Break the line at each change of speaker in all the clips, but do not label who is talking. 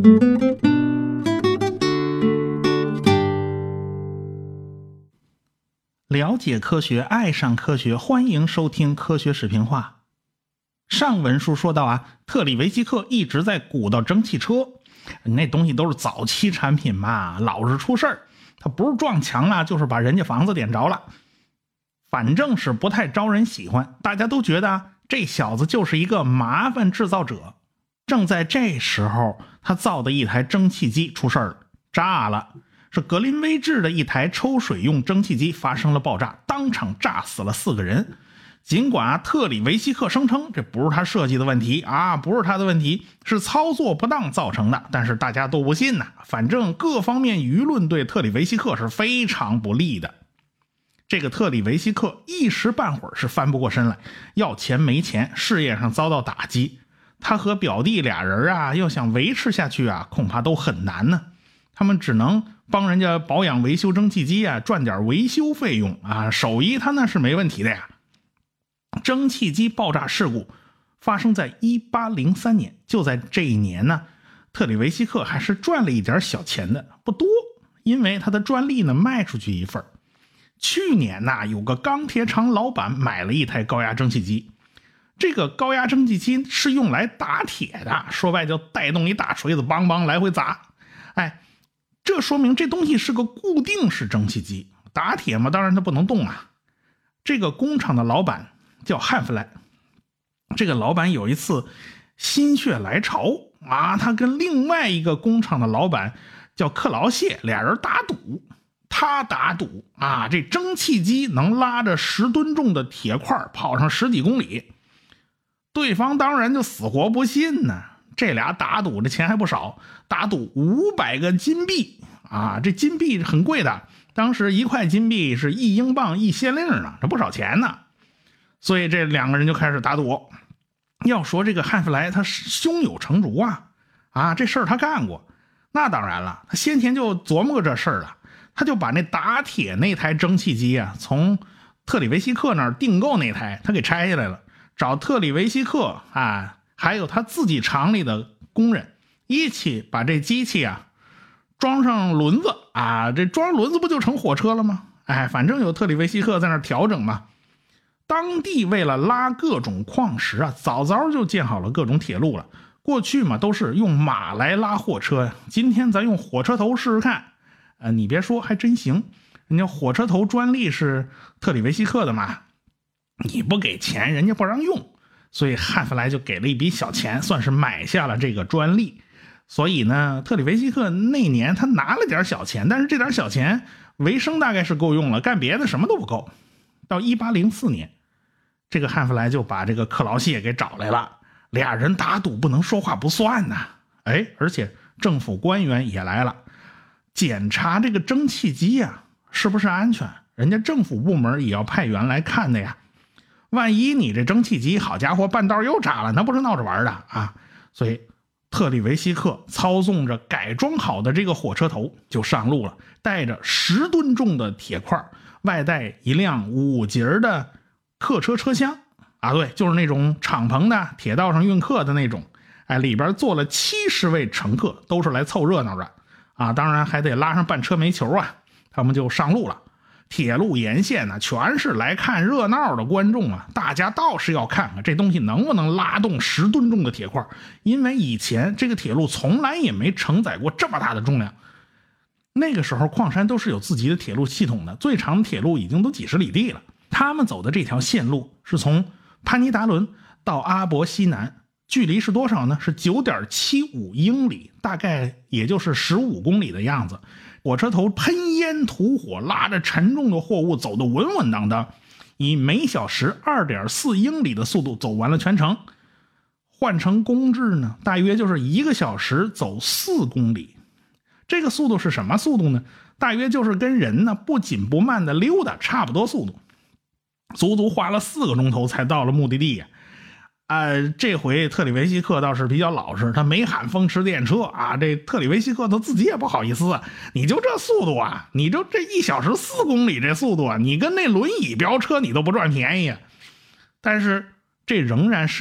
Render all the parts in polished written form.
了解科学，爱上科学，欢迎收听科学视频化。上文书说到特里维希克一直在鼓捣蒸汽车，那东西都是早期产品嘛，老是出事儿。他不是撞墙了，就是把人家房子点着了，反正是不太招人喜欢。大家都觉得这小子就是一个麻烦制造者。正在这时候，他造的一台蒸汽机出事了，炸了。是格林威治的一台抽水用蒸汽机发生了爆炸，当场炸死了4个人。尽管特里维希克声称这不是他设计的问题不是他的问题，是操作不当造成的，但是大家都不信呐。反正各方面舆论对特里维希克是非常不利的。这个特里维希克一时半会儿是翻不过身来，要钱没钱，事业上遭到打击。他和表弟俩人要想维持下去恐怕都很难呢。他们只能帮人家保养维修蒸汽机赚点维修费用手艺他那是没问题的呀。蒸汽机爆炸事故发生在1803年，就在这一年呢，特里维希克还是赚了一点小钱的，不多，因为他的专利呢卖出去一份。去年有个钢铁厂老板买了一台高压蒸汽机，这个高压蒸汽机是用来打铁的，说白就带动一大锤子梆梆来回砸。这说明这东西是个固定式蒸汽机，打铁嘛，当然它不能动这个工厂的老板叫汉弗莱，这个老板有一次心血来潮他跟另外一个工厂的老板叫克劳谢，俩人打赌。他打赌这蒸汽机能拉着10吨重的铁块跑上10几公里，对方当然就死活不信呢。这俩打赌的钱还不少，打赌500个金币这金币很贵的，当时1块金币是1英镑1先令呢，这不少钱呢。所以这2个人就开始打赌。要说这个汉弗莱他胸有成竹这事儿他干过。那当然了，他先前就琢磨过这事儿了，他就把那打铁那台蒸汽机从特里维希克那儿订购那台他给拆下来了，找特里维希克还有他自己厂里的工人一起把这机器装上轮子这装上轮子不就成火车了吗？反正有特里维希克在那儿调整嘛。当地为了拉各种矿石早早就建好了各种铁路了。过去嘛都是用马来拉货车，今天咱用火车头试试看。你别说，还真行。人家火车头专利是特里维希克的嘛，你不给钱人家不让用。所以汉弗莱就给了一笔小钱，算是买下了这个专利。所以呢，特里维希克那年他拿了点小钱，但是这点小钱维生大概是够用了，干别的什么都不够。到1804年，这个汉弗莱就把这个克劳谢给找来了，俩人打赌不能说话不算呐。而且政府官员也来了，检查这个蒸汽机是不是安全，人家政府部门也要派员来看的呀。万一你这蒸汽机好家伙半道又炸了，那不是闹着玩的所以特里维希克操纵着改装好的这个火车头就上路了，带着10吨重的铁块，外带一辆5节的客车车厢对，就是那种敞篷的铁道上运客的那种里边坐了70位乘客，都是来凑热闹的当然还得拉上半车煤球他们就上路了。铁路沿线全是来看热闹的观众大家倒是要看看这东西能不能拉动10吨重的铁块，因为以前这个铁路从来也没承载过这么大的重量。那个时候矿山都是有自己的铁路系统的，最长的铁路已经都几十里地了。他们走的这条线路是从潘尼达伦到阿伯西南，距离是多少呢？是 9.75 英里，大概也就是15公里的样子。火车头喷烟吐火，拉着沉重的货物走得稳稳当当，以每小时 2.4 英里的速度走完了全程。换成公制呢，大约就是1个小时走4公里。这个速度是什么速度呢？大约就是跟人呢不紧不慢的溜达差不多速度。足足花了4个钟头才到了目的地这回特里维希克倒是比较老实，他没喊风驰电掣这特里维希克他自己也不好意思你就这速度你就这1小时4公里这速度你跟那轮椅飙车你都不赚便宜但是这仍然是有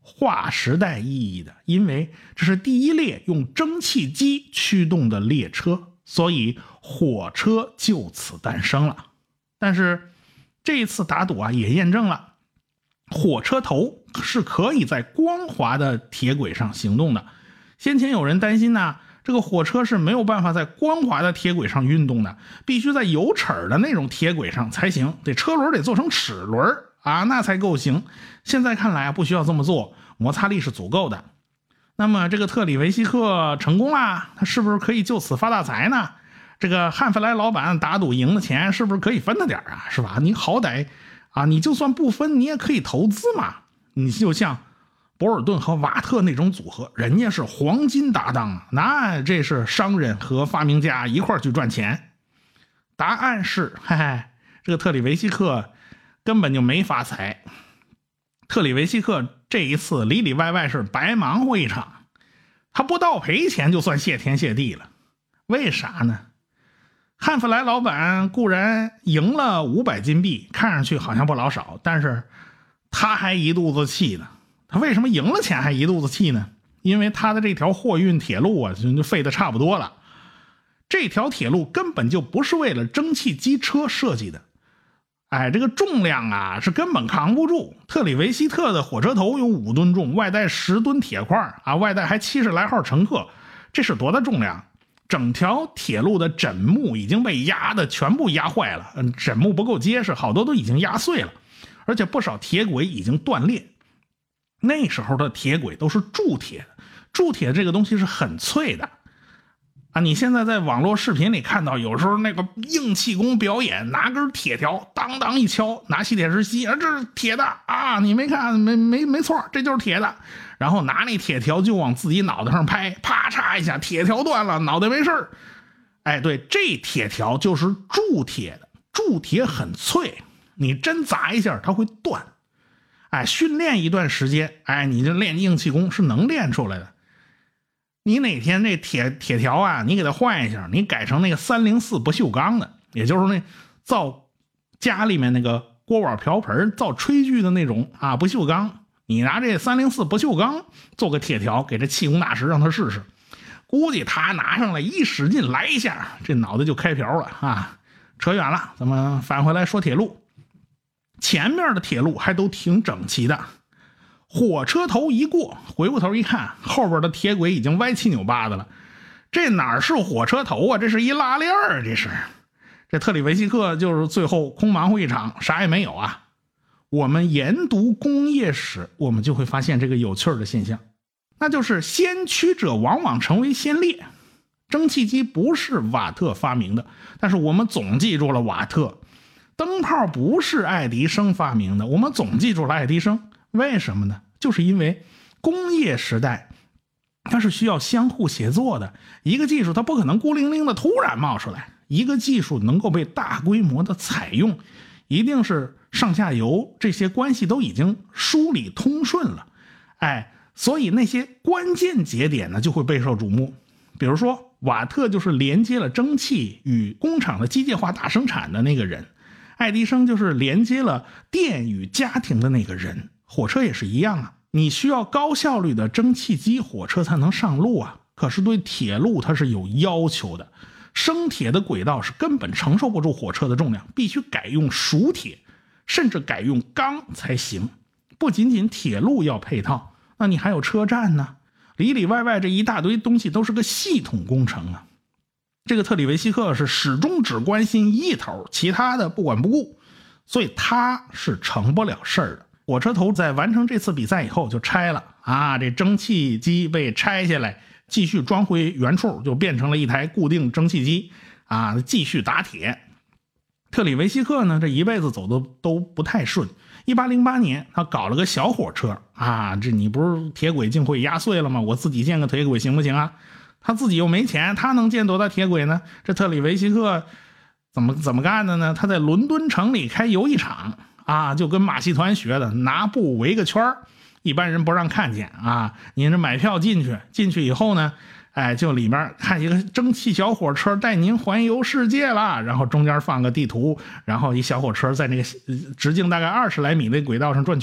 划时代意义的，因为这是第一列用蒸汽机驱动的列车，所以火车就此诞生了。但是这一次打赌啊，也验证了火车头是可以在光滑的铁轨上行动的。先前有人担心呢，这个火车是没有办法在光滑的铁轨上运动的，必须在有齿的那种铁轨上才行，这车轮得做成齿轮啊，那才够行。现在看来不需要这么做，摩擦力是足够的。那么这个特里维希克成功啦，他是不是可以就此发大财呢？这个汉弗莱老板打赌赢的钱是不是可以分他点啊？是吧？你好歹啊，你就算不分，你也可以投资嘛。你就像博尔顿和瓦特那种组合，人家是黄金搭档啊，那这是商人和发明家一块去赚钱。答案是，这个特里维希克根本就没发财。特里维希克这一次里里外外是白忙活一场，他不到赔钱就算谢天谢地了。为啥呢？汉弗莱老板固然赢了500金币，看上去好像不老少，但是他还一肚子气呢。他为什么赢了钱还一肚子气呢？因为他的这条货运铁路啊，就废的差不多了。这条铁路根本就不是为了蒸汽机车设计的，这个重量啊是根本扛不住。特里维希特的火车头有5吨重，外带10吨铁块啊，外带还70来号乘客，这是多大重量？整条铁路的枕木已经被压的全部压坏了，枕木不够结实，好多都已经压碎了，而且不少铁轨已经断裂。那时候的铁轨都是铸铁的，铸铁这个东西是很脆的啊！你现在在网络视频里看到，有时候那个硬气功表演，拿根铁条当当一敲，拿吸铁石吸，这是铁的啊！你没看，没错，这就是铁的。然后拿那铁条就往自己脑袋上拍，啪嚓一下，铁条断了，脑袋没事。对，这铁条就是铸铁的，铸铁很脆，你针砸一下它会断。训练一段时间，你这练硬气功是能练出来的。你哪天这铁条啊，你给它换一下，你改成那个304不锈钢的，也就是那造家里面那个锅碗瓢盆造炊具的那种啊不锈钢，你拿这304不锈钢做个铁条，给这气功大师让他试试，估计他拿上来一使劲来一下，这脑袋就开瓢了啊！扯远了，咱们返回来说铁路。前面的铁路还都挺整齐的，火车头一过，回过头一看，后边的铁轨已经歪七扭八的了。这哪是火车头啊，这是一拉链儿，这是。这特里维希克就是最后空忙活一场，啥也没有啊。我们研读工业史，我们就会发现这个有趣的现象，那就是先驱者往往成为先烈。蒸汽机不是瓦特发明的，但是我们总记住了瓦特。灯泡不是爱迪生发明的，我们总记住了爱迪生。为什么呢？就是因为工业时代它是需要相互协作的，一个技术它不可能孤零零的突然冒出来，一个技术能够被大规模的采用，一定是上下游这些关系都已经梳理通顺了。所以那些关键节点呢就会备受瞩目。比如说瓦特就是连接了蒸汽与工厂的机械化大生产的那个人，爱迪生就是连接了电与家庭的那个人。火车也是一样啊，你需要高效率的蒸汽机，火车才能上路啊。可是对铁路它是有要求的，生铁的轨道是根本承受不住火车的重量，必须改用熟铁，甚至改用钢才行。不仅仅铁路要配套，那你还有车站呢，里里外外这一大堆东西都是个系统工程啊。这个特里维希克是始终只关心一头，其他的不管不顾，所以他是成不了事儿的。火车头在完成这次比赛以后就拆了啊，这蒸汽机被拆下来，继续装回原处，就变成了一台固定蒸汽机啊，继续打铁。特里维希克呢，这一辈子走的都不太顺。1808年他搞了个小火车啊，这你不是铁轨竟会压碎了吗？我自己建个铁轨行不行啊？他自己又没钱，他能建多大铁轨呢？这特里维希克怎么干的呢？他在伦敦城里开游艺场啊，就跟马戏团学的，拿布围个圈，一般人不让看见啊。你这买票进去以后呢，就里面看一个蒸汽小火车带您环游世界了，然后中间放个地图，然后一小火车在那个直径大概20来米的轨道上转圈，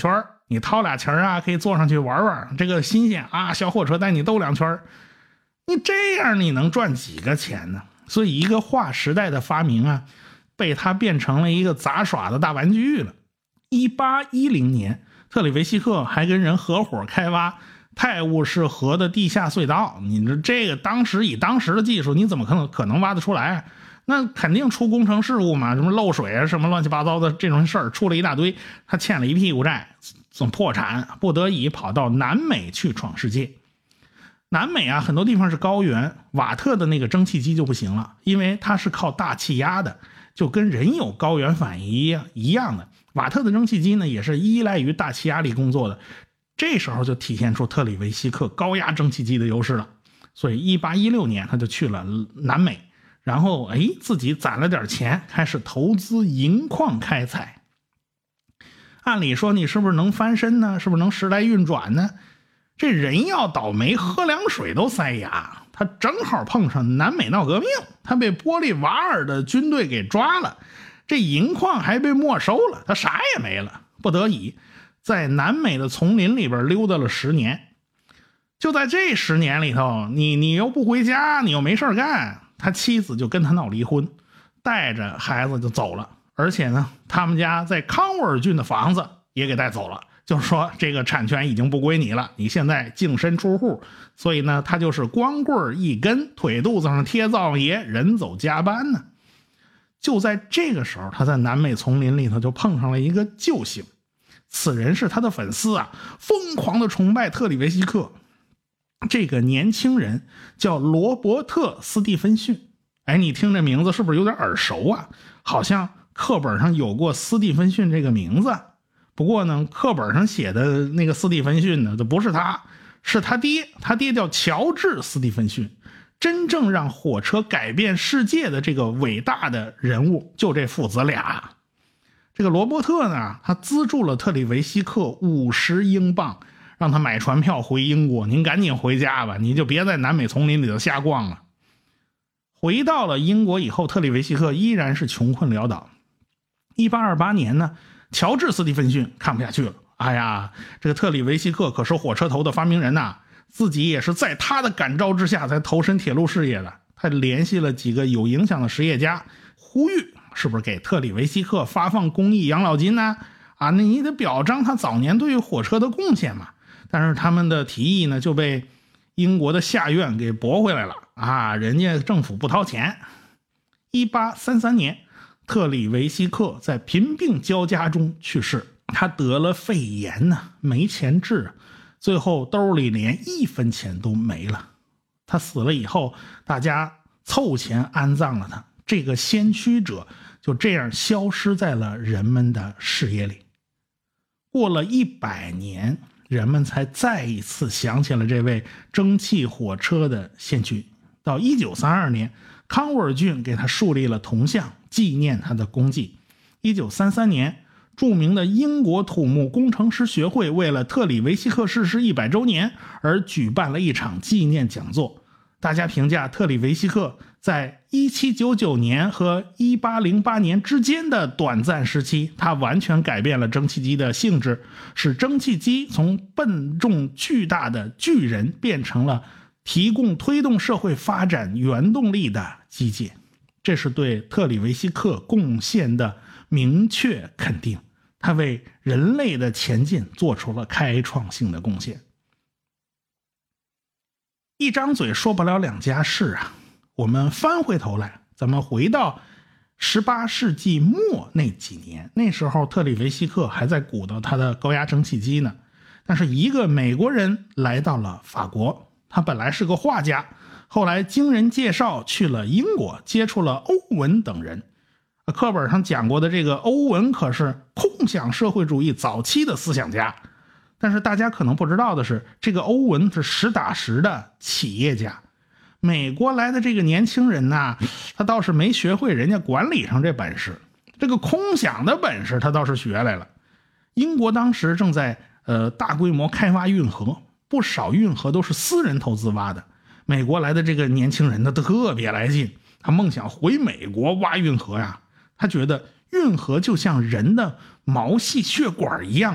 你掏俩钱啊，可以坐上去玩玩，这个新鲜啊，小火车带你兜2圈，你这样你能赚几个钱呢？所以一个划时代的发明啊，被他变成了一个杂耍的大玩具了。1810年，特里维希克还跟人合伙开挖泰晤士河的地下隧道。你这个当时的技术，你怎么可能挖得出来？那肯定出工程事故嘛，什么漏水啊，什么乱七八糟的这种事儿出了一大堆，他欠了一屁股债，总破产，不得已跑到南美去闯世界。南美啊，很多地方是高原，瓦特的那个蒸汽机就不行了，因为它是靠大气压的，就跟人有高原反应一样的。瓦特的蒸汽机呢，也是依赖于大气压力工作的，这时候就体现出特里维希克高压蒸汽机的优势了。所以1816年他就去了南美，然后自己攒了点钱，开始投资银矿开采。按理说你是不是能翻身呢？是不是能时来运转呢？这人要倒霉，喝凉水都塞牙。他正好碰上南美闹革命，他被玻利瓦尔的军队给抓了，这银矿还被没收了，他啥也没了，不得已在南美的丛林里边溜达了10年。就在这10年里头，你又不回家，你又没事干，他妻子就跟他闹离婚，带着孩子就走了。而且呢，他们家在康沃尔郡的房子也给带走了，就是说这个产权已经不归你了，你现在净身出户。所以呢，他就是光棍一根，腿肚子上贴灶王爷，人走加班呢。就在这个时候，他在南美丛林里头就碰上了一个救星，此人是他的粉丝啊，疯狂的崇拜特里维希克。这个年轻人叫罗伯特·斯蒂芬逊。你听这名字是不是有点耳熟啊？好像课本上有过斯蒂芬逊这个名字。不过呢，课本上写的那个斯蒂芬逊呢，这不是他，是他爹。他爹叫乔治·斯蒂芬逊。真正让火车改变世界的这个伟大的人物，就这父子俩。这个罗伯特呢，他资助了特里维希克50英镑，让他买船票回英国。您赶紧回家吧，你就别在南美丛林里头瞎逛了。回到了英国以后，特里维希克依然是穷困潦倒。1828年呢，乔治·斯蒂芬逊看不下去了。这个特里维希克可是火车头的发明人呐，自己也是在他的感召之下才投身铁路事业的。他联系了几个有影响的实业家，呼吁是不是给特里维希克发放公益养老金呢？那你得表彰他早年对火车的贡献嘛。但是他们的提议呢，就被英国的下院给驳回来了人家政府不掏钱。1833年，特里维希克在贫病交加中去世，他得了肺炎呢，没钱治，最后兜里连1分钱都没了。他死了以后，大家凑钱安葬了他，这个先驱者就这样消失在了人们的视野里。过了100年，人们才再一次想起了这位蒸汽火车的先驱。到1932年，康沃尔郡给他树立了铜像，纪念他的功绩。1933年，著名的英国土木工程师学会为了特里维希克逝世100周年而举办了一场纪念讲座。大家评价特里维希克在1799年和1808年之间的短暂时期，他完全改变了蒸汽机的性质，使蒸汽机从笨重巨大的巨人变成了提供推动社会发展原动力的机械。这是对特里维希克贡献的明确肯定，他为人类的前进做出了开创性的贡献。一张嘴说不了两家事啊。我们翻回头来，咱们回到18世纪末那几年，那时候特里维希克还在鼓捣他的高压蒸汽机呢。但是一个美国人来到了法国，他本来是个画家，后来经人介绍去了英国，接触了欧文等人。课本上讲过的这个欧文可是空想社会主义早期的思想家。但是大家可能不知道的是，这个欧文是实打实的企业家。美国来的这个年轻人呢，他倒是没学会人家管理上这本事，这个空想的本事他倒是学来了。英国当时正在大规模开发运河，不少运河都是私人投资挖的。美国来的这个年轻人他特别来劲，他梦想回美国挖运河呀。他觉得运河就像人的毛细血管一样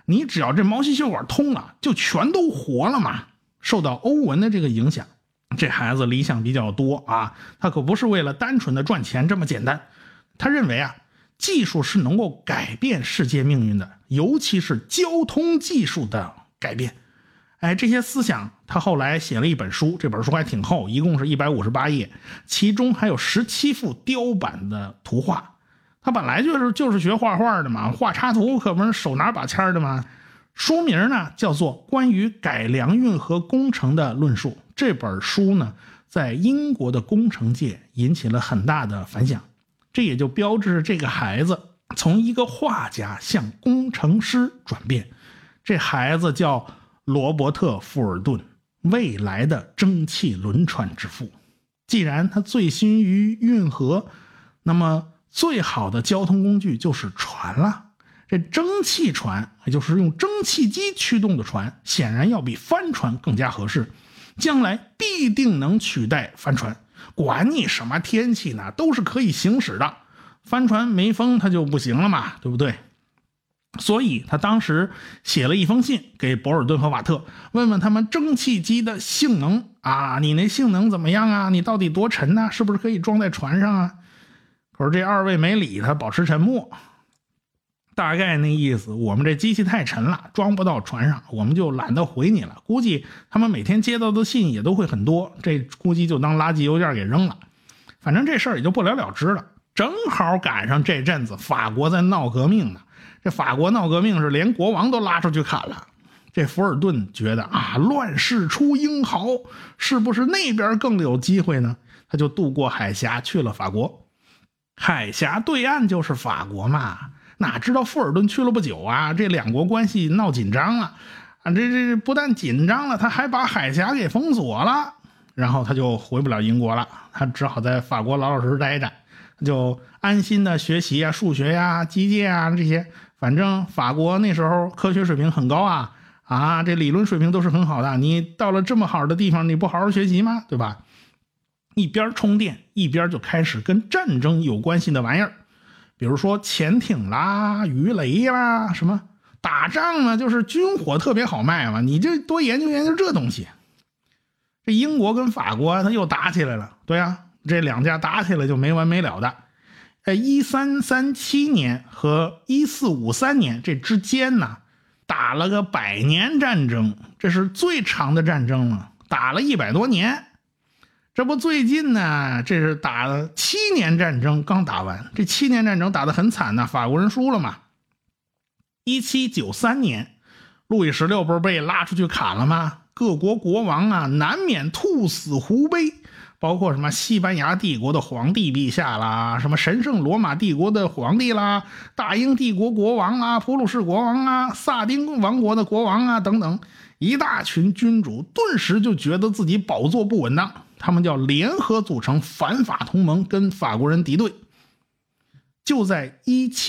你只要这毛细血管通了，就全都活了嘛。受到欧文的这个影响，这孩子理想比较多啊，他可不是为了单纯的赚钱这么简单。他认为啊，技术是能够改变世界命运的，尤其是交通技术的改变。这些思想他后来写了一本书，这本书还挺厚，一共是158页，其中还有17幅雕版的图画。他本来就是学画画的嘛，画插图可不是手拿把签的嘛。书名呢叫做《关于改良运河工程的论述》。这本书呢在英国的工程界引起了很大的反响，这也就标志着这个孩子从一个画家向工程师转变。这孩子叫罗伯特·富尔顿，未来的蒸汽轮船之父。既然他醉心于运河，那么最好的交通工具就是船了。这蒸汽船，也就是用蒸汽机驱动的船，显然要比帆船更加合适，将来必定能取代帆船。管你什么天气呢，都是可以行驶的。帆船没风它就不行了嘛，对不对？所以他当时写了一封信给博尔顿和瓦特，问问他们蒸汽机的性能啊，你那性能怎么样啊？你到底多沉呢？是不是可以装在船上啊？可是这二位没理他，保持沉默。大概那意思，我们这机器太沉了，装不到船上，我们就懒得回你了。估计他们每天接到的信也都会很多，这估计就当垃圾邮件给扔了。反正这事儿也就不了了之了。正好赶上这阵子法国在闹革命呢，这法国闹革命是连国王都拉出去砍了。这福尔顿觉得啊，乱世出英豪，是不是那边更有机会呢？他就渡过海峡去了法国。海峡对岸就是法国嘛，哪知道富尔顿去了不久啊，这两国关系闹紧张了啊，这不但紧张了，他还把海峡给封锁了。然后他就回不了英国了，他只好在法国老老实实待着，就安心的学习啊，数学呀、机械啊这些。反正法国那时候科学水平很高啊，这理论水平都是很好的。你到了这么好的地方，你不好好学习吗？对吧？一边充电一边就开始跟战争有关系的玩意儿，比如说潜艇啦、鱼雷啦，什么打仗呢，就是军火特别好卖嘛，你就多研究研究这东西。这英国跟法国他又打起来了，对啊，这两家打起来就没完没了的。1337年和1453年这之间呢，打了个100年战争，这是最长的战争了，打了100多年。这不最近呢，这是打了7年战争刚打完，这7年战争打得很惨呢，法国人输了嘛。1793年，路易16不是被拉出去砍了吗？各国国王啊，难免兔死狐悲，包括什么西班牙帝国的皇帝陛下啦，什么神圣罗马帝国的皇帝啦，大英帝国国王啊，普鲁士国王啊，萨丁王国的国王啊等等，一大群君主顿时就觉得自己宝座不稳当，他们叫联合组成反法同盟，跟法国人敌对。就在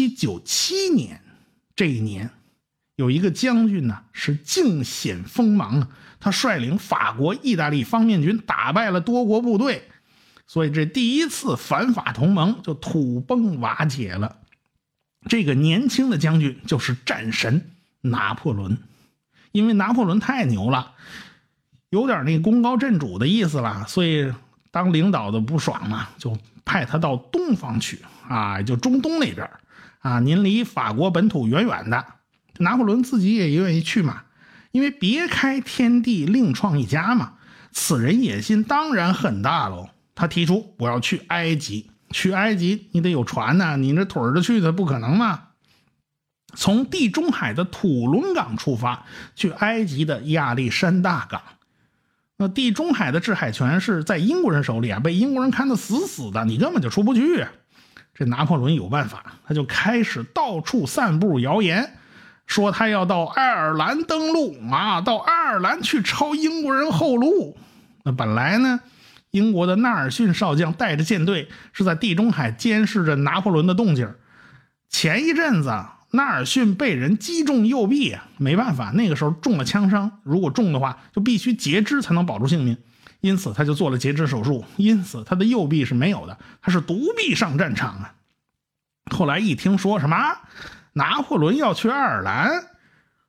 1797年这一年，有一个将军呢是尽显锋芒啊，他率领法国、意大利方面军打败了多国部队，所以这第一次反法同盟就土崩瓦解了。这个年轻的将军就是战神拿破仑，因为拿破仑太牛了，有点那功高震主的意思了，所以当领导的不爽嘛，就派他到东方去啊，就中东那边啊，您离法国本土远远的。拿破仑自己也愿意去嘛，因为别开天地另创一家嘛，此人野心当然很大喽。他提出我要去埃及，去埃及你得有船啊，你这腿着去的不可能嘛。从地中海的土伦港出发，去埃及的亚历山大港。那地中海的制海权是在英国人手里啊，被英国人看得死死的，你根本就出不去啊。这拿破仑有办法，他就开始到处散布谣言，说他要到爱尔兰登陆啊，到爱尔兰去抄英国人后路。那本来呢，英国的纳尔逊少将带着舰队是在地中海监视着拿破仑的动静。前一阵子纳尔逊被人击中右臂啊，没办法，那个时候中了枪伤，如果中的话就必须截肢才能保住性命，因此他就做了截肢手术，因此他的右臂是没有的，他是独臂上战场啊。后来一听说什么拿破仑要去爱尔兰，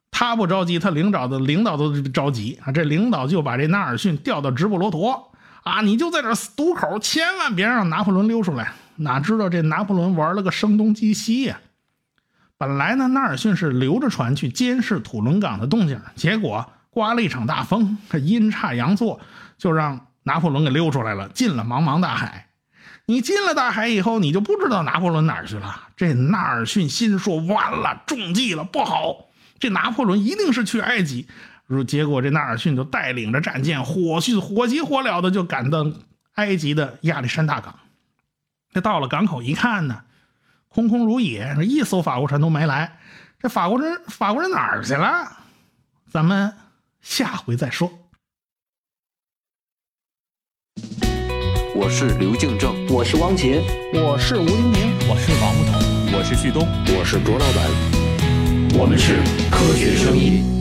他不着急，他领导都着急啊！这领导就把这纳尔逊调到直布罗陀啊，你就在这堵口，千万别让拿破仑溜出来。哪知道这拿破仑玩了个声东击西呀！本来呢，纳尔逊是留着船去监视土伦港的动静，结果刮了一场大风，阴差阳错就让拿破仑给溜出来了，进了茫茫大海。你进了大海以后，你就不知道拿破仑哪儿去了。这纳尔逊心说完了，中计了，不好，这拿破仑一定是去埃及。结果这纳尔逊就带领着战舰火急火燎的就赶到埃及的亚历山大港。这到了港口一看呢，空空如也，一艘法国船都没来。这法国人哪儿去了？咱们下回再说。
我是刘敬正，
我是汪杰，
我是吴丁明，
我是王木头，
我是旭东，
我是卓老板，
我们是科学声音。